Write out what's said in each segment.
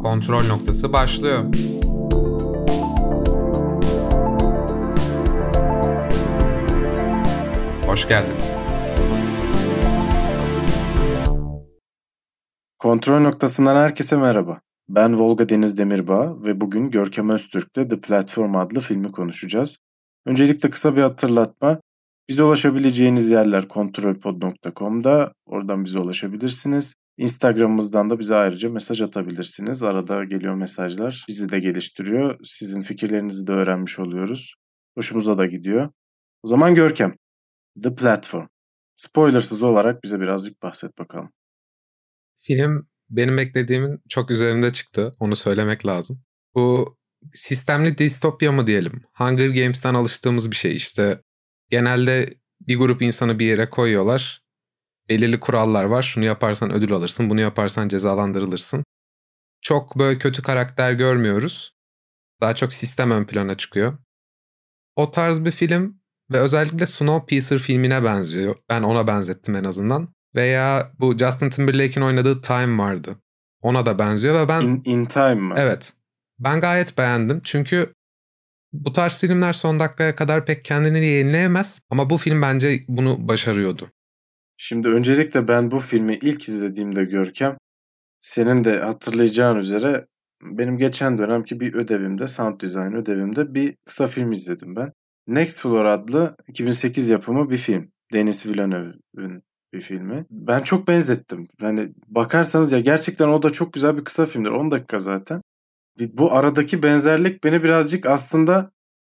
Kontrol noktası başlıyor. Hoş geldiniz. Kontrol noktasından herkese merhaba. Ben Volga Deniz Demirbağ ve bugün Görkem Öztürk'te The Platform adlı filmi konuşacağız. Öncelikle kısa bir hatırlatma. Bize ulaşabileceğiniz yerler kontrolpod.com'da. Oradan bize ulaşabilirsiniz. Instagram'ımızdan da bize ayrıca mesaj atabilirsiniz. Arada geliyor mesajlar. Bizi de geliştiriyor. Sizin fikirlerinizi de öğrenmiş oluyoruz. Hoşumuza da gidiyor. O zaman Görkem, The Platform. Spoilersız olarak bize birazcık bahset bakalım. Film benim beklediğimin çok üzerinde çıktı. Onu söylemek lazım. Bu sistemli distopya mı diyelim? Hunger Games'ten alıştığımız bir şey işte. Genelde bir grup insanı bir yere koyuyorlar. Belirli kurallar var. Şunu yaparsan ödül alırsın. Bunu yaparsan cezalandırılırsın. Çok böyle kötü karakter görmüyoruz. Daha çok sistem ön plana çıkıyor. O tarz bir film ve özellikle Snowpiercer filmine benziyor. Ben ona benzettim en azından. Veya bu Justin Timberlake'in oynadığı Time vardı. Ona da benziyor ve ben... In Time mı? Evet. Ben gayet beğendim. Çünkü bu tarz filmler son dakikaya kadar pek kendini yenileyemez. Ama bu film bence bunu başarıyordu. Şimdi öncelikle ben bu filmi ilk izlediğimde Görkem, senin de hatırlayacağın üzere benim geçen dönemki bir ödevimde, sound design ödevimde bir kısa film izledim ben. Next Floor adlı 2008 yapımı bir film. Denis Villeneuve'ün bir filmi. Ben çok benzettim. Yani bakarsanız ya gerçekten o da çok güzel bir kısa filmdir. 10 dakika zaten. Bu aradaki benzerlik beni birazcık aslında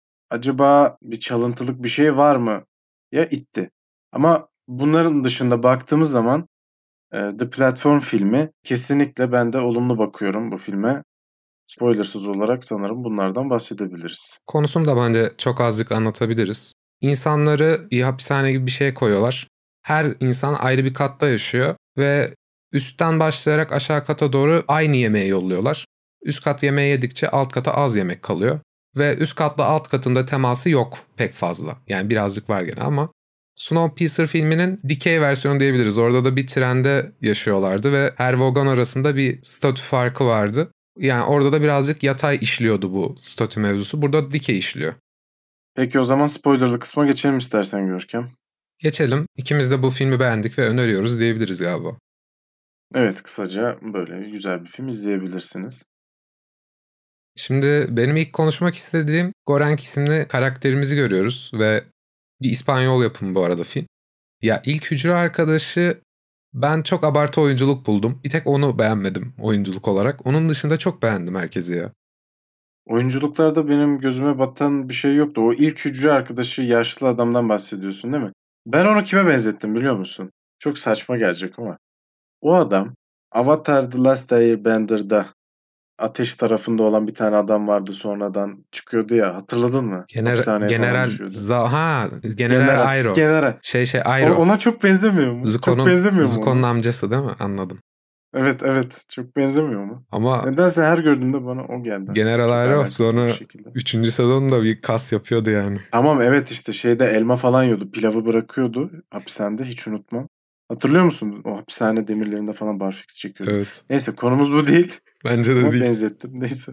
acaba bir çalıntılık bir şey var mı ya itti. Ama bunların dışında baktığımız zaman The Platform filmi kesinlikle ben de olumlu bakıyorum bu filme. Spoilersız olarak sanırım bunlardan bahsedebiliriz. Konusunu da bence çok azıcık anlatabiliriz. İnsanları bir hapishane gibi bir şeye koyuyorlar. Her insan ayrı bir katta yaşıyor ve üstten başlayarak aşağı kata doğru aynı yemeği yolluyorlar. Üst kat yemeği yedikçe alt kata az yemek kalıyor. Ve üst katla alt katında teması yok pek fazla. Yani birazcık var gene ama Snowpiercer filminin dikey versiyonu diyebiliriz. Orada da bir trende yaşıyorlardı ve her vagon arasında bir statü farkı vardı. Yani orada da birazcık yatay işliyordu bu statü mevzusu. Burada dikey işliyor. Peki o zaman spoilerlı kısma geçelim istersen Görkem. Geçelim. İkimiz de bu filmi beğendik ve öneriyoruz diyebiliriz galiba. Evet, kısaca böyle güzel bir film izleyebilirsiniz. Şimdi benim ilk konuşmak istediğim Gorank isimli karakterimizi görüyoruz ve bir İspanyol yapımı bu arada film. Ya ilk hücre arkadaşı ben çok abartı oyunculuk buldum. Bir tek onu beğenmedim oyunculuk olarak. Onun dışında çok beğendim herkesi ya. Oyunculuklarda benim gözüme batan bir şey yoktu. O ilk hücre arkadaşı yaşlı adamdan bahsediyorsun değil mi? Ben onu kime benzettim biliyor musun? Çok saçma gelecek ama. O adam Avatar The Last Airbender'da ateş tarafında olan bir tane adam vardı sonradan çıkıyordu ya, hatırladın mı? Hapishaneye falan düşüyordu. General Airo. General. Airo. Ona çok benzemiyor mu? Çok benzemiyor mu? Zuko'nun amcası değil mi? Anladım. Evet. Çok benzemiyor mu? Ama nedense her gördüğümde bana o geldi. General Airo sonra 3. sezonda bir kas yapıyordu yani. Tamam, evet, işte şeyde elma falan yiyordu. Pilavı bırakıyordu hapishanede, hiç unutmam. Hatırlıyor musun? O hapishane demirlerinde falan barfix çekiyordu. Evet. Neyse, konumuz bu değil. Bence de ama değil. benzettim. Neyse.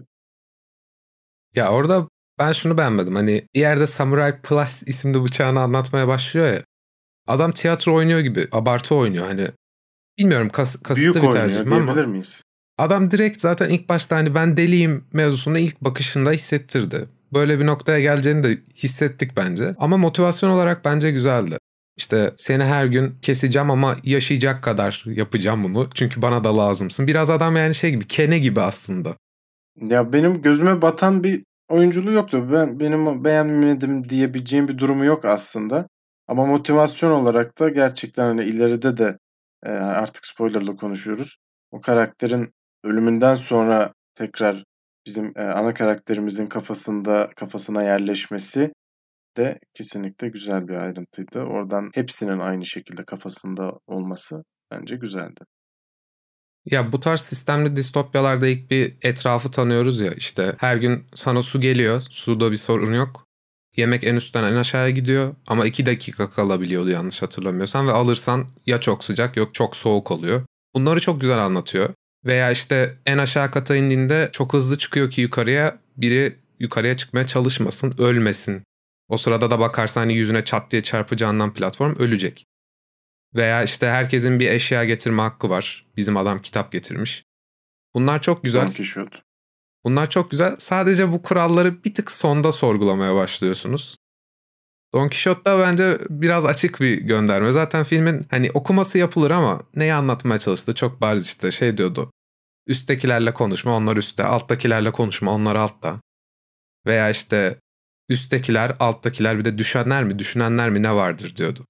Ya orada ben şunu beğenmedim. Hani bir yerde Samurai Plus isimli bıçağını anlatmaya başlıyor ya. Adam tiyatro oynuyor gibi. Abartı oynuyor. Hani bilmiyorum kasıtlı büyük bir tercih mi ama. diyebilir miyiz? Adam direkt zaten ilk başta hani ben deliyim mevzusunu ilk bakışında hissettirdi. Böyle bir noktaya geleceğini de hissettik bence. Ama motivasyon olarak bence güzeldi. İşte seni her gün keseceğim ama yaşayacak kadar yapacağım bunu. Çünkü bana da lazımsın. Biraz adam yani şey gibi, Kene gibi aslında. Ya benim gözüme batan bir oyunculuğu yoktu. Benim beğenmedim diyebileceğim bir durumu yok aslında. Ama motivasyon olarak da gerçekten hani ileride de artık spoilerla konuşuyoruz. O karakterin ölümünden sonra tekrar bizim ana karakterimizin kafasına yerleşmesi de kesinlikle güzel bir ayrıntıydı. Oradan hepsinin aynı şekilde kafasında olması bence güzeldi. Ya bu tarz sistemli distopyalarda ilk bir etrafı tanıyoruz ya, işte her gün sana su geliyor, suda bir sorun yok. Yemek en üstten en aşağıya gidiyor ama 2 dakika kalabiliyordu yanlış hatırlamıyorsam ve alırsan ya çok sıcak yok çok soğuk oluyor. Bunları çok güzel anlatıyor. Veya işte en aşağı kata indiğinde çok hızlı çıkıyor ki yukarıya, biri yukarıya çıkmaya çalışmasın, ölmesin. O sırada da bakarsan hani yüzüne çat diye çarpacağından platform ölecek. Veya işte herkesin bir eşya getirme hakkı var. Bizim adam kitap getirmiş. Bunlar çok güzel. Don Quixote. Bunlar çok güzel. Sadece bu kuralları bir tık sonda sorgulamaya başlıyorsunuz. Don Quixote'da bence biraz açık bir gönderme. Zaten filmin hani okuması yapılır ama neyi anlatmaya çalıştı çok bariz işte şey diyordu. Üsttekilerle konuşma, onlar üstte. Alttakilerle konuşma, onlar altta. Veya işte üsttekiler, alttakiler, bir de düşenler mi, düşünenler mi ne vardır diyordu.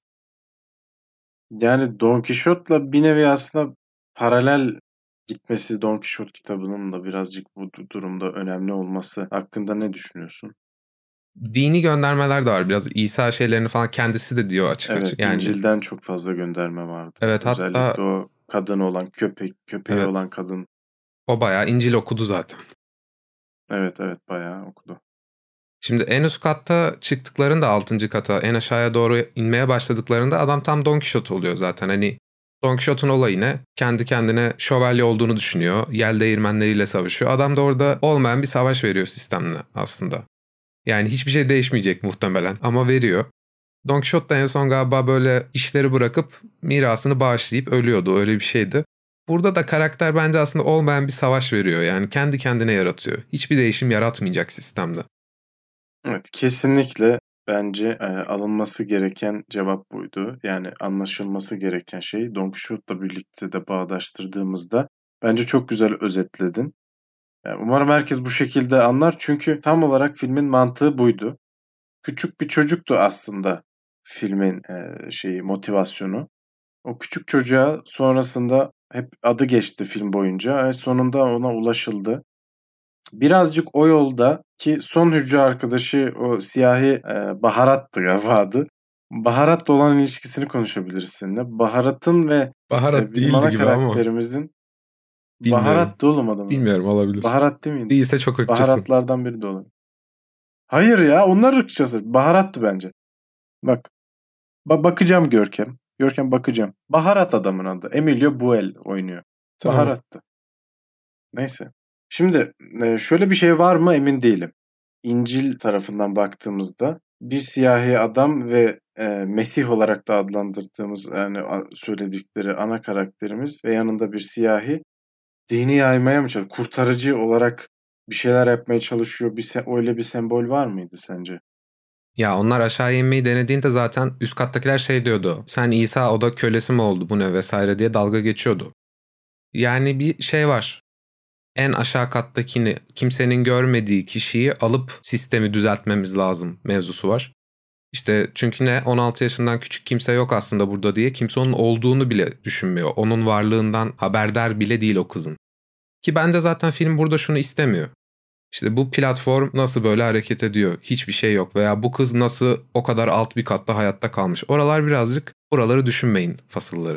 Yani Don Quixote'la bir nevi aslında paralel gitmesi Don Quixote kitabının da birazcık bu durumda önemli olması hakkında ne düşünüyorsun? Dini göndermeler de var. Biraz İsa şeylerini falan kendisi de diyor açık Evet, açık. Yani, İncil'den çok fazla gönderme vardı. evet, Özellikle hatta o kadın olan köpeği evet, olan kadın. o bayağı İncil okudu zaten. Evet bayağı okudu. Şimdi en üst katta çıktıklarında 6. kata en aşağıya doğru inmeye başladıklarında adam tam Don Quixote oluyor zaten. Hani Don Quixote'un olayı ne? Kendi kendine şövalye olduğunu düşünüyor. Yel değirmenleriyle savaşıyor. Adam da orada olmayan bir savaş veriyor sistemle aslında. Yani hiçbir şey değişmeyecek muhtemelen ama veriyor. Don Quixote da en son galiba böyle işleri bırakıp mirasını bağışlayıp ölüyordu. Öyle bir şeydi. Burada da karakter bence aslında olmayan bir savaş veriyor. Yani kendi kendine yaratıyor. Hiçbir değişim yaratmayacak sistemde. Evet, kesinlikle bence alınması gereken cevap buydu. Yani anlaşılması gereken şey Don Quixote'la birlikte de bağdaştırdığımızda bence çok güzel özetledin. Yani umarım herkes bu şekilde anlar çünkü tam olarak filmin mantığı buydu. Küçük bir çocuktu aslında filmin motivasyonu. O küçük çocuğa sonrasında hep adı geçti film boyunca ve sonunda ona ulaşıldı. Birazcık o yolda ki son hücre arkadaşı o siyahi Baharat'tı galiba adı. Baharat'la olan ilişkisini konuşabiliriz seninle. Baharat'ın ve Baharat bizim değildi ana gibi ama karakterimizin bilmiyorum. Baharat'tı oğlum adamı. Bilmiyorum, olabilir. Baharat değil miydi? Değilse çok ırkçısın. Baharatlardan biri de olabilir. Hayır ya onlar ırkçısı. Baharattı bence. Bak. Bakacağım Görkem. Görkem bakacağım. Baharat adamın adı. Emilio Buel oynuyor. Tamam. Baharattı. Neyse. Şimdi şöyle bir şey var mı emin değilim. İncil tarafından baktığımızda bir siyahi adam ve Mesih olarak da adlandırdığımız yani söyledikleri ana karakterimiz ve yanında bir siyahi dini yaymaya mı çalışıyor? Kurtarıcı olarak bir şeyler yapmaya çalışıyor. Öyle bir sembol var mıydı sence? Ya onlar aşağı inmeyi denediğinde zaten üst kattakiler şey diyordu. Sen İsa, o da kölesi mi oldu bu ne vesaire diye dalga geçiyordu. Yani bir şey var. En aşağı kattakini, kimsenin görmediği kişiyi alıp sistemi düzeltmemiz lazım mevzusu var. İşte çünkü ne 16 yaşından küçük kimse yok aslında burada diye kimse onun olduğunu bile düşünmüyor. Onun varlığından haberdar bile değil o kızın. Ki bence zaten film burada şunu istemiyor. İşte bu platform nasıl böyle hareket ediyor? Hiçbir şey yok. Veya bu kız nasıl o kadar alt bir katta hayatta kalmış? Oralar birazcık, buraları düşünmeyin fasılları.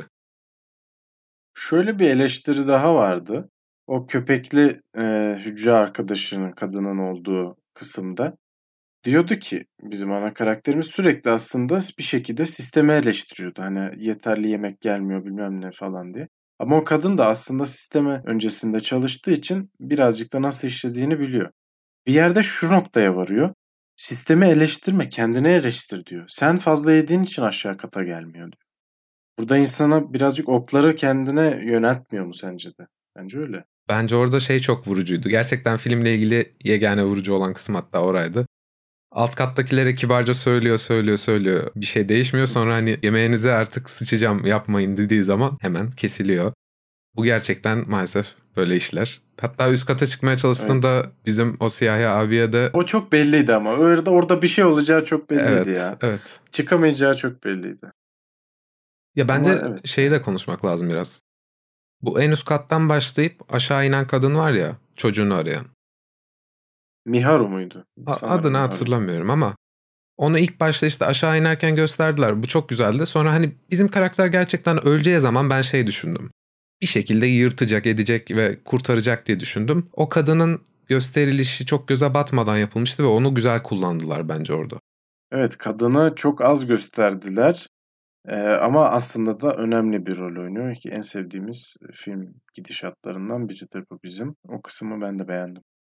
Şöyle bir eleştiri daha vardı. O köpekli hücre arkadaşının kadının olduğu kısımda diyordu ki bizim ana karakterimiz sürekli aslında bir şekilde sistemi eleştiriyordu. Hani yeterli yemek gelmiyor bilmem ne falan diye. Ama o kadın da aslında sisteme öncesinde çalıştığı için birazcık da nasıl işlediğini biliyor. Bir yerde şu noktaya varıyor. Sistemi eleştirme, kendini eleştir diyor. Sen fazla yediğin için aşağı kata gelmiyor diyor. Burada insana birazcık okları kendine yöneltmiyor mu sence de? Bence öyle. Bence orada şey çok vurucuydu. Gerçekten filmle ilgili yegane vurucu olan kısım hatta oraydı. Alt kattakilere kibarca söylüyor. Bir şey değişmiyor. Sonra hani yemeğinize artık sıçacağım yapmayın dediği zaman hemen kesiliyor. Bu gerçekten maalesef böyle işler. Hatta üst kata çıkmaya çalıştığında Evet. bizim o siyahi abiye de... O çok belliydi ama. Orada bir şey olacağı çok belliydi ya. Evet. Çıkamayacağı çok belliydi. Ya Ama bence evet. şeyi de konuşmak lazım biraz. Bu en üst kattan başlayıp aşağı inen kadın var ya, çocuğunu arayan. Miharu muydu? Sanırım Adını Miharu. hatırlamıyorum ama onu ilk başta işte aşağı inerken gösterdiler. Bu çok güzeldi. Sonra hani bizim karakter gerçekten öleceği zaman ben şey düşündüm. Bir şekilde yırtacak, edecek ve kurtaracak diye düşündüm. O kadının gösterilişi çok göze batmadan yapılmıştı ve onu güzel kullandılar bence orada. Evet, kadını çok az gösterdiler. Ama aslında da önemli bir rol oynuyor ki en sevdiğimiz film gidişatlarından biridir bu bizim. O kısmı ben de beğendim.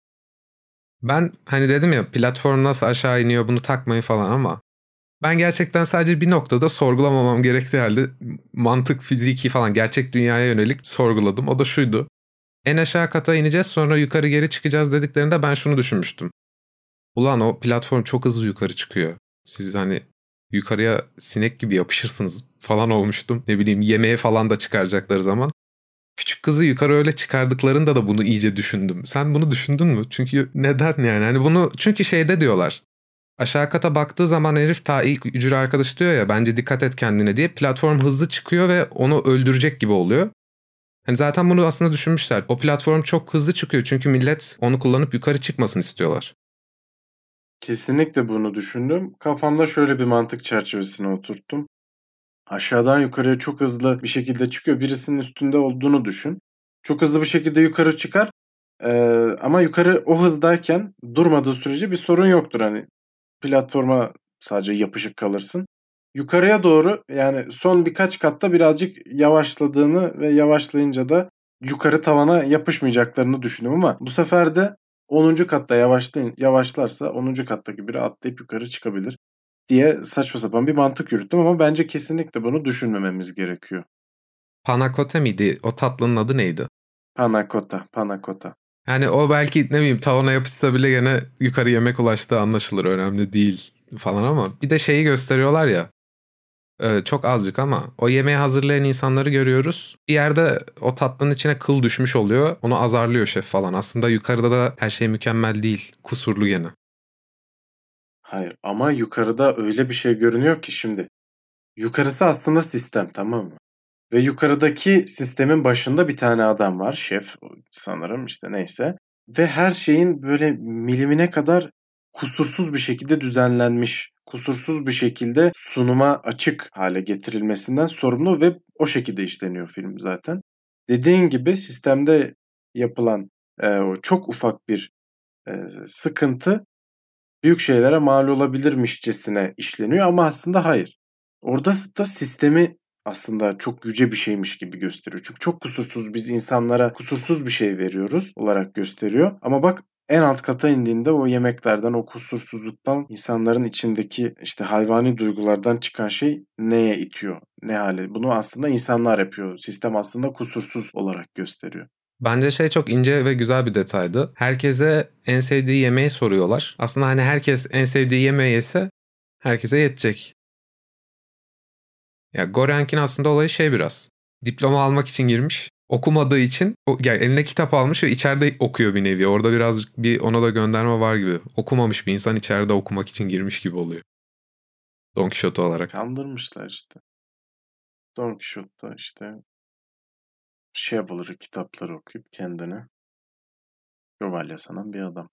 Ben hani dedim ya platform nasıl aşağı iniyor bunu takmayın falan ama ben gerçekten sadece bir noktada sorgulamamam gerektiği halde mantık, fiziki falan gerçek dünyaya yönelik sorguladım. O da şuydu. En aşağı kata ineceğiz sonra yukarı geri çıkacağız dediklerinde ben şunu düşünmüştüm. Ulan o platform çok hızlı yukarı çıkıyor. Siz hani yukarıya sinek gibi yapışırsınız falan olmuştum. Ne bileyim yemeğe falan da çıkaracakları zaman. Küçük kızı yukarı öyle çıkardıklarında da bunu iyice düşündüm. Sen bunu düşündün mü? Çünkü neden yani? Hani bunu çünkü şeyde diyorlar. Aşağı kata baktığı zaman herif ta ilk ücra arkadaşı diyor ya bence dikkat et kendine diye platform hızlı çıkıyor ve onu öldürecek gibi oluyor. Hani zaten bunu aslında düşünmüşler. O platform çok hızlı çıkıyor çünkü millet onu kullanıp yukarı çıkmasını istiyorlar. Kesinlikle bunu düşündüm. Kafamda şöyle bir mantık çerçevesine oturttum. Aşağıdan yukarıya çok hızlı bir şekilde çıkıyor. Birisinin üstünde olduğunu düşün. Çok hızlı bir şekilde yukarı çıkar. Ama yukarı o hızdayken durmadığı sürece bir sorun yoktur. Hani platforma sadece yapışık kalırsın. Yukarıya doğru yani son birkaç katta birazcık yavaşladığını ve yavaşlayınca da yukarı tavana yapışmayacaklarını düşündüm ama bu sefer de 10. katta yavaşlarsa 10. kattaki biri atlayıp yukarı çıkabilir diye saçma sapan bir mantık yürüttüm ama bence kesinlikle bunu düşünmememiz gerekiyor. Panna cotta miydi? O tatlının adı neydi? Panna cotta, panna cotta. Yani o belki ne bileyim tavana yapışsa bile gene yukarı yemek ulaştığı anlaşılır. Önemli değil falan ama bir de şeyi gösteriyorlar ya. Çok azıcık ama o yemeği hazırlayan insanları görüyoruz. Bir yerde o tatlının içine kıl düşmüş oluyor. Onu azarlıyor şef falan. Aslında yukarıda da her şey mükemmel değil. Kusurlu gene. Hayır ama yukarıda öyle bir şey görünüyor ki şimdi. Yukarısı aslında sistem, tamam mı? Ve yukarıdaki sistemin başında bir tane adam var. Şef sanırım işte neyse. Ve her şeyin böyle milimine kadar kusursuz bir şekilde düzenlenmiş. Kusursuz bir şekilde sunuma açık hale getirilmesinden sorumlu ve o şekilde işleniyor film zaten. Dediğin gibi sistemde yapılan o çok ufak bir sıkıntı büyük şeylere mal olabilirmişçesine işleniyor ama aslında hayır. Orada da sistemi aslında çok yüce bir şeymiş gibi gösteriyor. Çünkü çok kusursuz biz insanlara kusursuz bir şey veriyoruz olarak gösteriyor. Ama bak en alt kata indiğinde o yemeklerden, o kusursuzluktan, insanların içindeki işte hayvani duygulardan çıkan şey neye itiyor? Ne hale? Bunu aslında insanlar yapıyor. Sistem aslında kusursuz olarak gösteriyor. Bence şey çok ince ve güzel bir detaydı. Herkese en sevdiği yemeği soruyorlar. Aslında hani herkes en sevdiği yemeği yese herkese yetecek. Ya Gorenk'in aslında olayı şey biraz. Diploma almak için girmiş. Okumadığı için yani eline kitap almış ve içeride okuyor bir nevi. Orada biraz bir ona da gönderme var gibi. Okumamış bir insan içeride okumak için girmiş gibi oluyor. Don Quixote olarak. Kandırmışlar işte. Don Quixote'da işte Chivalry kitapları okuyup kendine şövalye sanan bir adam.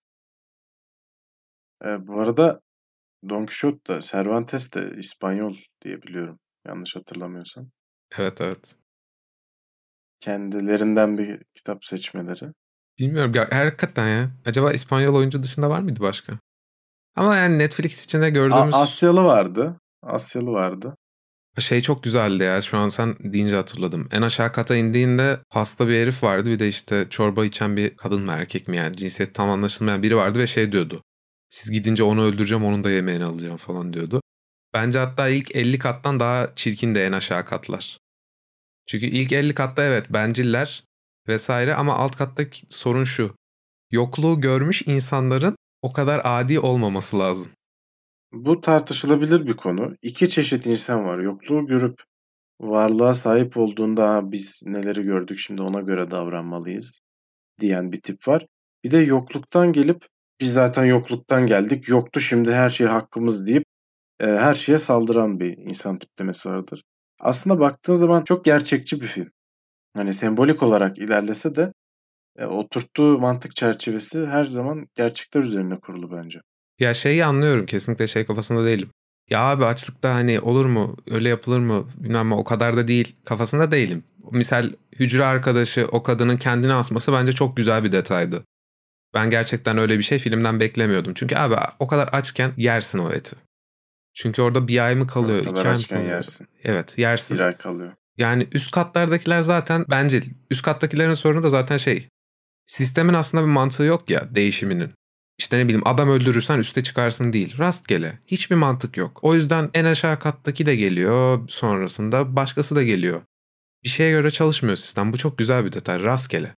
Bu arada Don Quixote da Cervantes de İspanyol diye biliyorum. Yanlış hatırlamıyorsam. Evet evet. Kendilerinden bir kitap seçmeleri. Bilmiyorum ya hakikaten ya. Acaba İspanyol oyuncu dışında var mıydı başka? Ama yani Netflix içinde gördüğümüz Asyalı vardı. Asyalı vardı. şey çok güzeldi ya. Şu an sen deyince hatırladım. En aşağı kata indiğinde hasta bir herif vardı. Bir de işte çorba içen bir kadın mı erkek mi yani cinsiyet tam anlaşılmayan biri vardı ve şey diyordu. Siz gidince onu öldüreceğim onun da yemeğini alacağım falan diyordu. Bence hatta ilk 50 kattan daha çirkin de en aşağı katlar. Çünkü ilk 50 katta evet benciller vesaire ama alt kattaki sorun şu. Yokluğu görmüş insanların o kadar adi olmaması lazım. Bu tartışılabilir bir konu. İki çeşit insan var. Yokluğu görüp varlığa sahip olduğunda "Ha, biz neleri gördük şimdi ona göre davranmalıyız" diyen bir tip var. Bir de yokluktan gelip biz zaten yokluktan geldik. Yoktu şimdi her şey hakkımız deyip her şeye saldıran bir insan tiplemesi vardır. Aslında baktığın zaman çok gerçekçi bir film. Hani sembolik olarak ilerlese de oturttuğu mantık çerçevesi her zaman gerçekler üzerine kurulu bence. Ya şeyi anlıyorum kesinlikle şey kafasında değilim. Ya abi açlıkta hani olur mu öyle yapılır mı bilmem ne o kadar da değil kafasında değilim. Misal hücre arkadaşı o kadının kendini asması bence çok güzel bir detaydı. Ben gerçekten öyle bir şey filmden beklemiyordum. Çünkü abi o kadar açken yersin o eti. Çünkü orada bir ay mı O kalıyor, kadar 2 ay mı açken kalıyor? yersin. Evet, yersin. 1 ay kalıyor. Yani üst katlardakiler zaten bence üst kattakilerin sorunu da zaten sistemin aslında bir mantığı yok ya değişiminin. İşte ne bileyim adam öldürürsen üste çıkarsın değil. Rastgele. Hiçbir mantık yok. O yüzden en aşağı kattaki de geliyor. Sonrasında başkası da geliyor. Bir şeye göre çalışmıyor sistem. Bu çok güzel bir detay. Rastgele.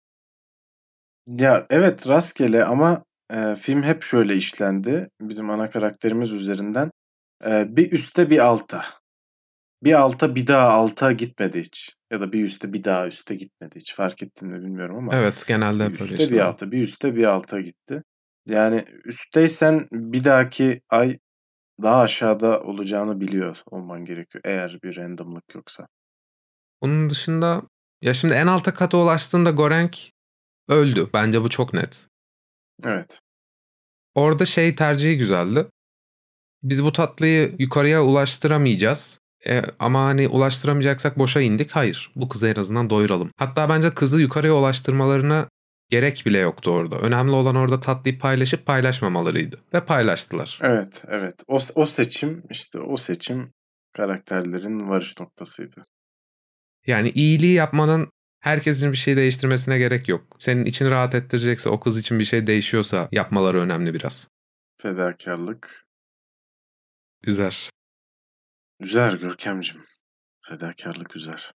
Ya evet rastgele ama film hep şöyle işlendi. Bizim ana karakterimiz üzerinden. Bir üste bir alta. Bir alta bir daha alta gitmedi hiç. Ya da bir üste bir daha üste gitmedi hiç. Fark ettin mi bilmiyorum ama. Evet, genelde Bir hep öyle üste bir işler. alta, bir üste bir alta gitti. Yani üstteysen bir dahaki ay daha aşağıda olacağını biliyor olman gerekiyor. Eğer bir randomlık yoksa. Bunun dışında ya şimdi en alta kata ulaştığında Gorenk öldü. Bence bu çok net. Evet. Orada tercihi güzeldi. Biz bu tatlıyı yukarıya ulaştıramayacağız. Ama hani ulaştıramayacaksak boşa indik. Hayır. Bu kızı en azından doyuralım. Hatta bence kızı yukarıya ulaştırmalarına gerek bile yoktu orada. Önemli olan orada tatlıyı paylaşıp paylaşmamalarıydı. Ve paylaştılar. Evet, evet. O seçim işte o seçim karakterlerin varış noktasıydı. Yani iyiliği yapmanın herkesin bir şey değiştirmesine gerek yok. Senin için rahat ettirecekse, o kız için bir şey değişiyorsa yapmaları önemli biraz. Fedakarlık. Üzer. Üzer Görkemciğim. Fedakarlık üzer.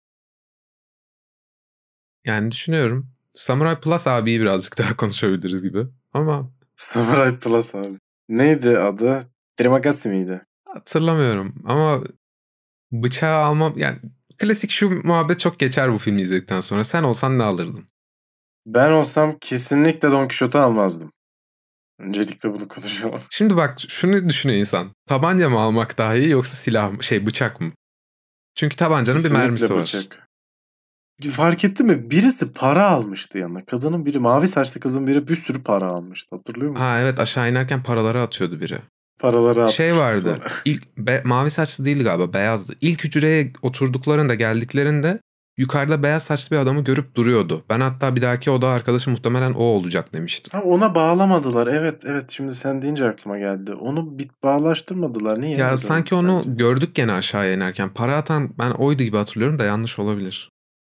Yani düşünüyorum. Samurai Plus abiyi birazcık daha konuşabiliriz gibi. Ama Samurai Plus abi. Neydi adı? Trimagasi miydi? hatırlamıyorum. Ama bıçağı almam yani klasik şu muhabbet çok geçer bu filmi izledikten sonra. Sen olsan ne alırdın? Ben olsam kesinlikle Don Quixote'u almazdım. Öncelikle bunu konuşalım. Şimdi bak şunu düşünüyor insan. Tabanca mı almak daha iyi yoksa silah mı? Bıçak mı? Çünkü tabancanın bir mermisi Kesinlikle var. bıçak. Fark ettin mi? Birisi para almıştı yanına. Kızının biri, mavi saçlı kızın biri bir sürü para almıştı. Hatırlıyor musun? Ha evet, aşağı inerken paraları atıyordu biri. Paraları atmıştı Vardı. sonra. Mavi saçlı değildi galiba, beyazdı. İlk hücreye oturduklarında, geldiklerinde yukarıda beyaz saçlı bir adamı görüp duruyordu. Ben hatta bir dahaki oda arkadaşı muhtemelen o olacak demiştim. Ha, ona bağlamadılar. Evet evet, şimdi sen deyince aklıma geldi. Onu bağlaştırmadılar. Niye? Ya Öyle sanki oldu onu sence? gördük gene aşağıya inerken. Para atan ben oydu gibi hatırlıyorum da yanlış olabilir.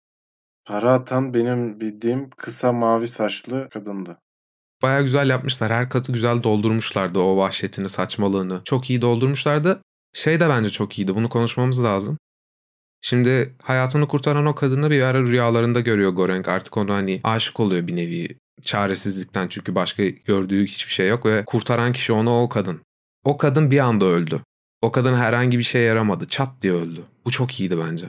Para atan benim bildiğim kısa mavi saçlı kadındı. Baya güzel yapmışlar. Her katı güzel doldurmuşlardı o vahşetini, saçmalığını. Çok iyi doldurmuşlardı. De bence çok iyiydi. Bunu konuşmamız lazım. Şimdi hayatını kurtaran o kadını bir ara rüyalarında görüyor Gorenk. Artık onu hani aşık oluyor bir nevi. Çaresizlikten, çünkü başka gördüğü hiçbir şey yok ve kurtaran kişi ona o kadın. O kadın bir anda öldü. O kadın herhangi bir şeye yaramadı. Çat diye öldü. Bu çok iyiydi bence.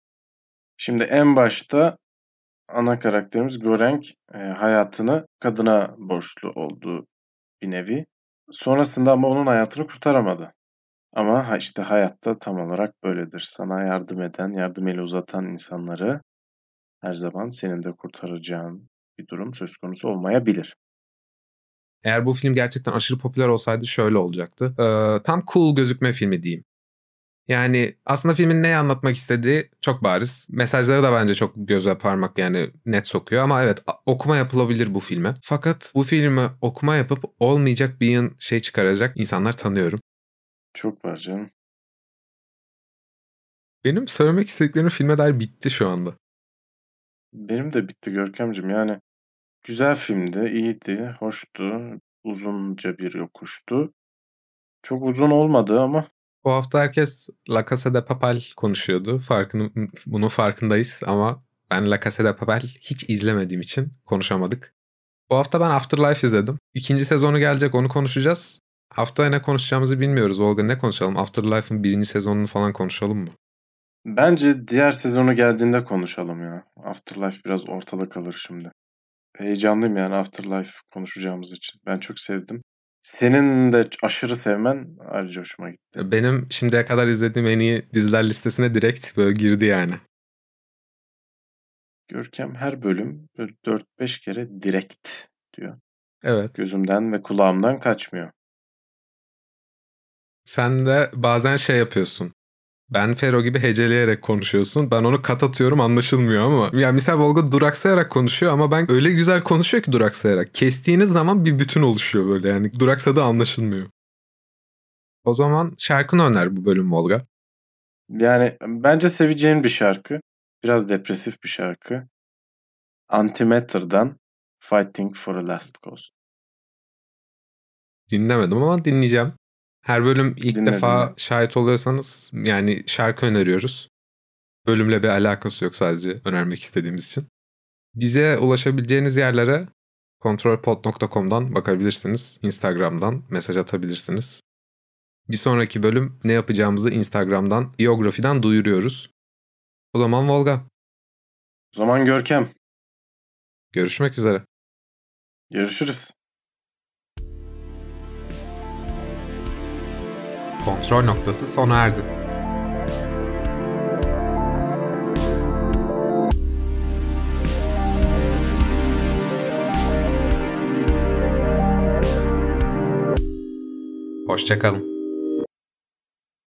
Şimdi en başta ana karakterimiz Gorenk hayatını kadına borçlu olduğu bir nevi. Sonrasında ama onun hayatını kurtaramadı. Ama işte hayatta tam olarak böyledir. Sana yardım eden, yardım eli uzatan insanları her zaman senin de kurtaracağın bir durum söz konusu olmayabilir. Eğer bu film gerçekten aşırı popüler olsaydı şöyle olacaktı. Tam cool gözükme filmi diyeyim. Yani aslında filmin neyi anlatmak istediği çok bariz. Mesajları da bence çok göze parmak, yani net sokuyor. Ama evet, okuma yapılabilir bu filme. Fakat bu filmi okuma yapıp olmayacak bir yığın çıkaracak insanlar tanıyorum. Çok var canım. Benim söylemek istediklerim filme dair bitti şu anda. Benim de bitti Görkemciğim. Yani güzel filmdi, iyiydi, hoştu, uzunca bir yokuştu. Çok uzun olmadı ama Bu hafta herkes La Casa de Papel konuşuyordu. Bunun farkındayız ama ben La Casa de Papel hiç izlemediğim için konuşamadık. Bu hafta ben Afterlife izledim. İkinci sezonu gelecek, onu konuşacağız. Haftaya ne konuşacağımızı bilmiyoruz. Volga, ne konuşalım? Afterlife'ın 1. sezonunu falan konuşalım mı? bence diğer sezonu geldiğinde konuşalım ya. Afterlife biraz ortada kalır şimdi. Heyecanlıyım yani Afterlife konuşacağımız için. Ben çok sevdim. Senin de aşırı sevmen ayrıca hoşuma gitti. Benim şimdiye kadar izlediğim en iyi diziler listesine direkt böyle girdi yani. Görkem her bölüm böyle 4-5 kere direkt diyor. Evet. Gözümden ve kulağımdan kaçmıyor. Sen de bazen yapıyorsun. Ben Fero gibi heceleyerek konuşuyorsun. Ben onu kat atıyorum, anlaşılmıyor ama. Ya misal Volga duraksayarak konuşuyor ama ben öyle güzel konuşuyor ki duraksayarak. Kestiğiniz zaman bir bütün oluşuyor böyle, yani duraksadığı anlaşılmıyor. O zaman şarkını öner bu bölüm Volga. Yani bence seveceğin bir şarkı. Biraz depresif bir şarkı. Antimatter'dan Fighting for a Last Cause. Dinlemedim ama dinleyeceğim. Her bölüm ilk Dinle, defa dinle. şahit oluyorsanız yani şarkı öneriyoruz. Bölümle bir alakası yok, sadece önermek istediğimiz için. Bize ulaşabileceğiniz yerlere kontrolpod.com'dan bakabilirsiniz. Instagram'dan mesaj atabilirsiniz. Bir sonraki bölüm ne yapacağımızı Instagram'dan, biyografiden duyuruyoruz. O zaman Volga. O zaman Görkem. Görüşmek üzere. Görüşürüz. Kontrol noktası sona erdi. Hoşça kalın.